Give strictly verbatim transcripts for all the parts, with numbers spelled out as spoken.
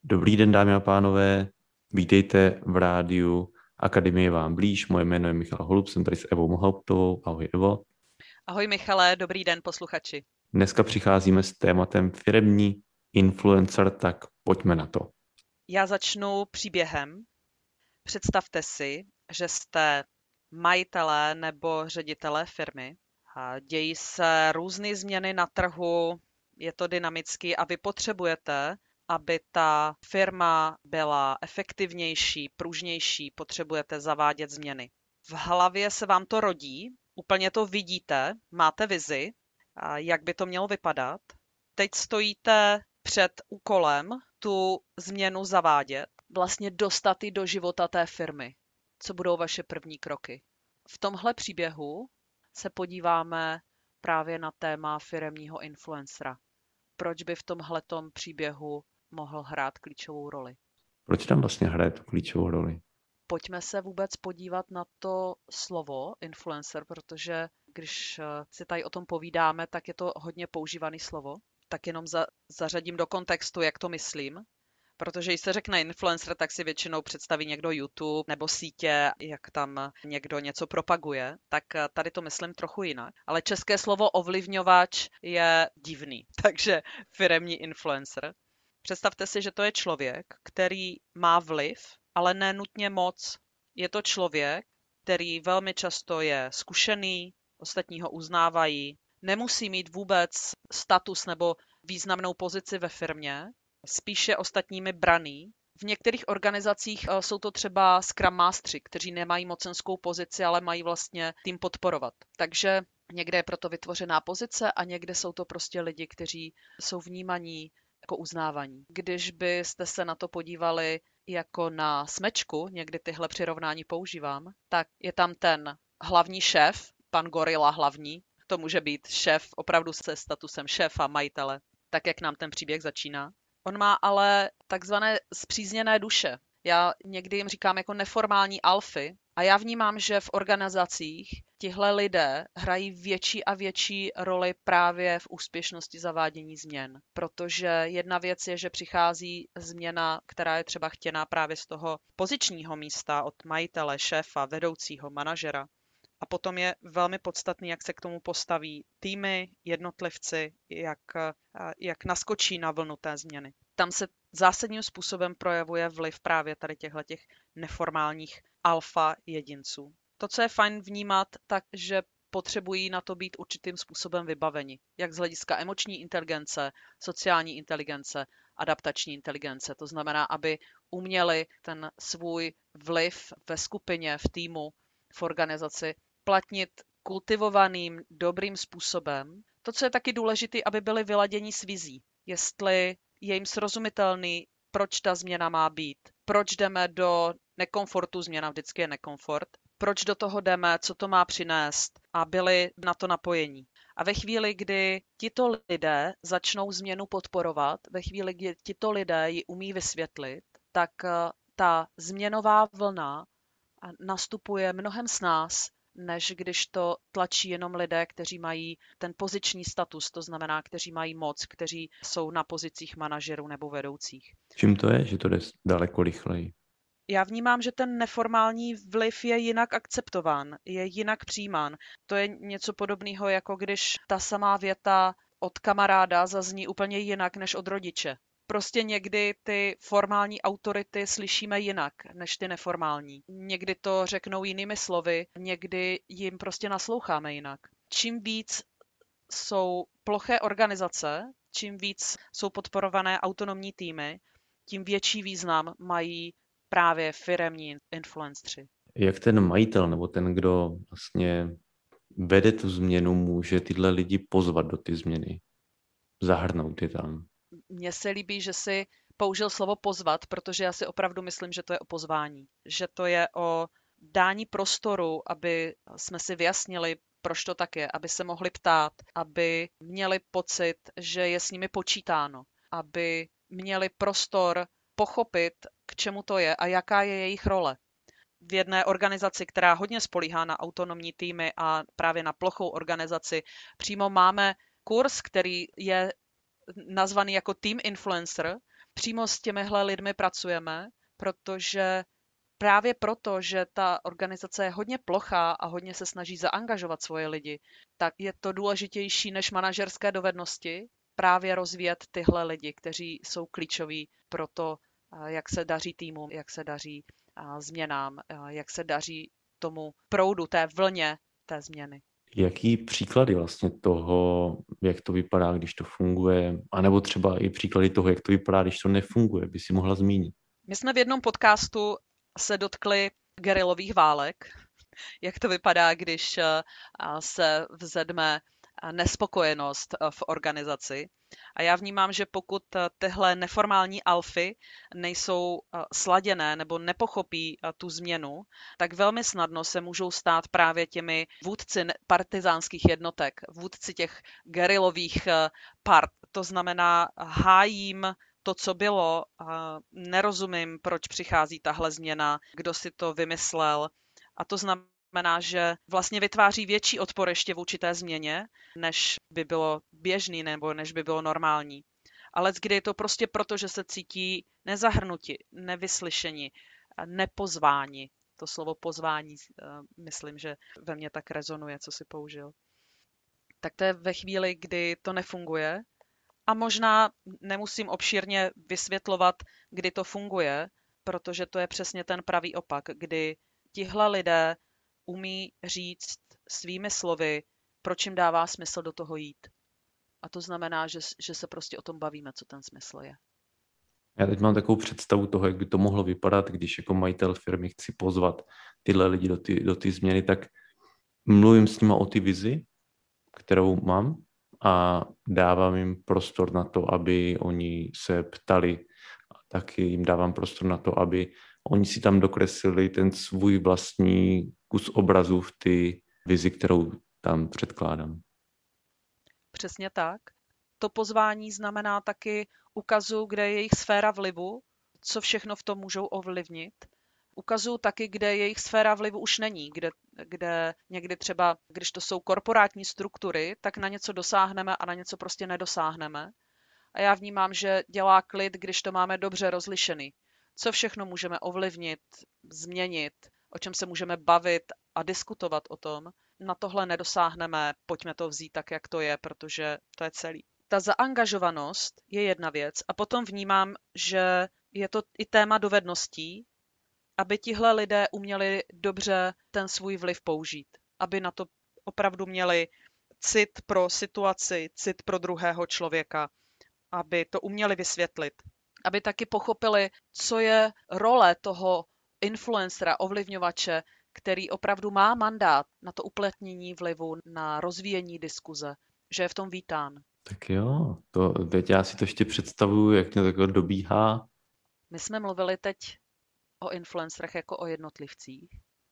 Dobrý den, dámy a pánové, vítejte v rádiu Akademie vám blíž. Moje jméno je Michal Holub, jsem tady s Evou Mohalptovou. Ahoj, Evo. Ahoj Michale, dobrý den posluchači. Dneska přicházíme s tématem firemní influencer, tak pojďme na to. Já začnu příběhem. Představte si, že jste majitelé nebo ředitelé firmy. A dějí se různé změny na trhu, je to dynamický a vy potřebujete, aby ta firma byla efektivnější, pružnější, potřebujete zavádět změny. V hlavě se vám to rodí, úplně to vidíte, máte vizi, jak by to mělo vypadat. Teď stojíte před úkolem tu změnu zavádět, vlastně dostat ji do života té firmy. Co budou vaše první kroky? V tomhle příběhu se podíváme právě na téma firemního influencera. Proč by v tomhletom příběhu mohl hrát klíčovou roli? Proč tam vlastně hraje tu klíčovou roli? Pojďme se vůbec podívat na to slovo influencer, protože když si tady o tom povídáme, tak je to hodně používaný slovo. Tak jenom za, zařadím do kontextu, jak to myslím. Protože když se řekne influencer, tak si většinou představí někdo YouTube nebo sítě, jak tam někdo něco propaguje. Tak tady to myslím trochu jinak. Ale české slovo ovlivňovač je divný, takže firemní influencer. Představte si, že to je člověk, který má vliv, ale ne nutně moc. Je to člověk, který velmi často je zkušený, ostatní ho uznávají, nemusí mít vůbec status nebo významnou pozici ve firmě, spíše ostatními braný. V některých organizacích jsou to třeba Scrum Masteři, kteří nemají mocenskou pozici, ale mají vlastně tým podporovat. Takže někde je proto vytvořená pozice a někde jsou to prostě lidi, kteří jsou vnímaní jako uznávaní. Když byste se na to podívali jako na smečku, někdy tyhle přirovnání používám, tak je tam ten hlavní šéf, pan Gorila hlavní, to může být šéf opravdu se statusem šéfa, majitele, tak jak nám ten příběh začíná. On má ale takzvané spřízněné duše. Já někdy jim říkám jako neformální alfy a já vnímám, že v organizacích tihle lidé hrají větší a větší roli právě v úspěšnosti zavádění změn. Protože jedna věc je, že přichází změna, která je třeba chtěná právě z toho pozičního místa od majitele, šéfa, vedoucího, manažera. A potom je velmi podstatný, jak se k tomu postaví týmy, jednotlivci, jak, jak naskočí na vlnu té změny. Tam se zásadním způsobem projevuje vliv právě tady těchto neformálních alfa jedinců. To, co je fajn vnímat, tak, že potřebují na to být určitým způsobem vybaveni. Jak z hlediska emoční inteligence, sociální inteligence, adaptační inteligence. To znamená, aby uměli ten svůj vliv ve skupině, v týmu, v organizaci platnit kultivovaným, dobrým způsobem. To, co je taky důležité, aby byli vyladěni s vizí. Jestli je jim srozumitelný, proč ta změna má být. Proč jdeme do nekomfortu, změna vždycky je nekomfort. Proč do toho jdeme, co to má přinést a byli na to napojení. A ve chvíli, kdy tito lidé začnou změnu podporovat, ve chvíli, kdy tito lidé ji umí vysvětlit, tak ta změnová vlna nastupuje mnohem s nás, než když to tlačí jenom lidé, kteří mají ten poziční status, to znamená, kteří mají moc, kteří jsou na pozicích manažerů nebo vedoucích. Čím to je, že to jde daleko rychleji? Já vnímám, že ten neformální vliv je jinak akceptován, je jinak přijímán. To je něco podobného, jako když ta samá věta od kamaráda zazní úplně jinak než od rodiče. Prostě někdy ty formální autority slyšíme jinak než ty neformální. Někdy to řeknou jinými slovy, někdy jim prostě nasloucháme jinak. Čím víc jsou ploché organizace, čím víc jsou podporované autonomní týmy, tím větší význam mají právě firemní influenceri. Jak ten majitel nebo ten, kdo vlastně vede tu změnu, může tyhle lidi pozvat do ty změny? Zahrnout je tam. Mně se líbí, že si použil slovo pozvat, protože já si opravdu myslím, že to je o pozvání. Že to je o dání prostoru, aby jsme si vyjasnili, proč to tak je, aby se mohli ptát, aby měli pocit, že je s nimi počítáno, aby měli prostor pochopit, k čemu to je a jaká je jejich role. V jedné organizaci, která hodně spolíhá na autonomní týmy a právě na plochou organizaci, přímo máme kurz, který je nazvaný jako Team Influencer, přímo s těmihle lidmi pracujeme, protože právě proto, že ta organizace je hodně plochá a hodně se snaží zaangažovat svoje lidi, tak je to důležitější než manažerské dovednosti právě rozvíjet tyhle lidi, kteří jsou klíčoví pro to, jak se daří týmu, jak se daří změnám, jak se daří tomu proudu, té vlně té změny. Jaký příklady vlastně toho, jak to vypadá, když to funguje, anebo třeba i příklady toho, jak to vypadá, když to nefunguje, by si mohla zmínit? My jsme v jednom podcastu se dotkli gerilových válek, jak to vypadá, když se vzedme nespokojenost v organizaci. A já vnímám, že pokud tyhle neformální alfy nejsou sladěné nebo nepochopí tu změnu, tak velmi snadno se můžou stát právě těmi vůdci partizánských jednotek, vůdci těch gerilových part. To znamená, hájím to, co bylo, nerozumím, proč přichází tahle změna, kdo si to vymyslel. A to znamená, znamená, že vlastně vytváří větší odpor ještě v určité změně, než by bylo běžný nebo než by bylo normální. Ale kdy je to prostě proto, že se cítí nezahrnuti, nevyslyšeni, nepozváni. To slovo pozvání, myslím, že ve mně tak rezonuje, co si použil. Tak to je ve chvíli, kdy to nefunguje. A možná nemusím obšírně vysvětlovat, kdy to funguje, protože to je přesně ten pravý opak, kdy tihle lidé umí říct svými slovy, proč jim dává smysl do toho jít. A to znamená, že, že se prostě o tom bavíme, co ten smysl je. Já teď mám takovou představu toho, jak by to mohlo vypadat, když jako majitel firmy chci pozvat tyhle lidi do ty, do ty změny, tak mluvím s nima o ty vizi, kterou mám, a dávám jim prostor na to, aby oni se ptali. A taky jim dávám prostor na to, aby oni si tam dokreslili ten svůj vlastní kus obrazu v té vizi, kterou tam předkládám. Přesně tak. To pozvání znamená taky ukazu, kde je jejich sféra vlivu, co všechno v tom můžou ovlivnit. Ukazuju taky, kde jejich sféra vlivu už není, kde, kde někdy třeba, když to jsou korporátní struktury, tak na něco dosáhneme a na něco prostě nedosáhneme. A já vnímám, že dělá klid, když to máme dobře rozlišený. Co všechno můžeme ovlivnit, změnit, o čem se můžeme bavit a diskutovat o tom. Na tohle nedosáhneme, pojďme to vzít tak, jak to je, protože to je celý. Ta zaangažovanost je jedna věc a potom vnímám, že je to i téma dovedností, aby tihle lidé uměli dobře ten svůj vliv použít. Aby na to opravdu měli cit pro situaci, cit pro druhého člověka, aby to uměli vysvětlit. Aby taky pochopili, co je role toho influencera, ovlivňovače, který opravdu má mandát na to uplatnění vlivu, na rozvíjení diskuze, že je v tom vítán. Tak jo, to, teď já si to ještě představuju, jak mě takhle dobíhá. My jsme mluvili teď o influencerech jako o jednotlivcích.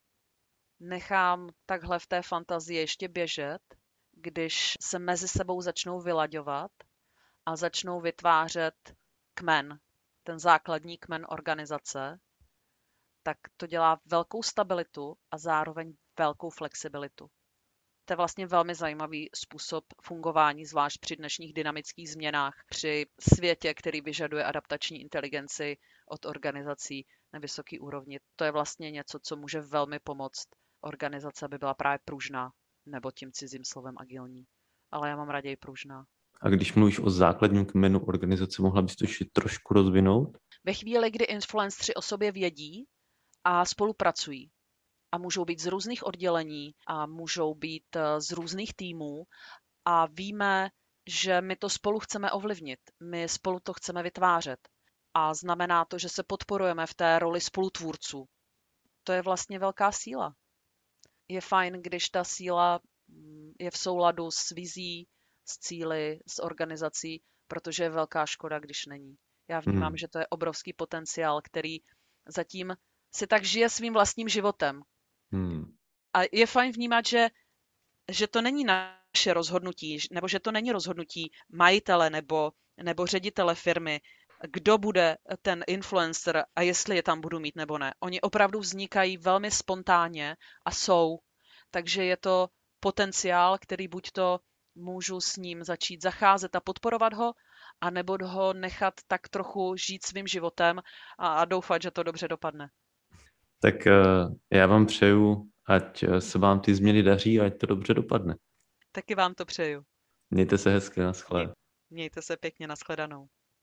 Nechám takhle v té fantazii ještě běžet, když se mezi sebou začnou vylaďovat a začnou vytvářet kmen, ten základní kmen organizace, tak to dělá velkou stabilitu a zároveň velkou flexibilitu. To je vlastně velmi zajímavý způsob fungování, zvlášť při dnešních dynamických změnách, při světě, který vyžaduje adaptační inteligenci od organizací na vysoké úrovni. To je vlastně něco, co může velmi pomoct organizace, aby byla právě pružná, nebo tím cizím slovem agilní. Ale já mám raději pružná. A když mluvíš o základním kmenu organizace, mohla bys to ještě trošku rozvinout? Ve chvíli, kdy influenceri o sobě vědí a spolupracují, a můžou být z různých oddělení a můžou být z různých týmů a víme, že my to spolu chceme ovlivnit, my spolu to chceme vytvářet. A znamená to, že se podporujeme v té roli spolutvůrců. To je vlastně velká síla. Je fajn, když ta síla je v souladu s vizí, s cíli, s organizací, protože je velká škoda, když není. Já vnímám, hmm. že to je obrovský potenciál, který zatím si tak žije svým vlastním životem. Hmm. A je fajn vnímat, že, že to není naše rozhodnutí, nebo že to není rozhodnutí majitele nebo, nebo ředitele firmy, kdo bude ten influencer a jestli je tam budu mít nebo ne. Oni opravdu vznikají velmi spontánně a jsou. Takže je to potenciál, který buď to můžu s ním začít zacházet a podporovat ho, anebo ho nechat tak trochu žít svým životem a, a doufat, že to dobře dopadne. Tak uh, já vám přeju, ať se vám ty změny daří a ať to dobře dopadne. Taky vám to přeju. Mějte se hezky, naschle. Mějte se pěkně, nashledanou.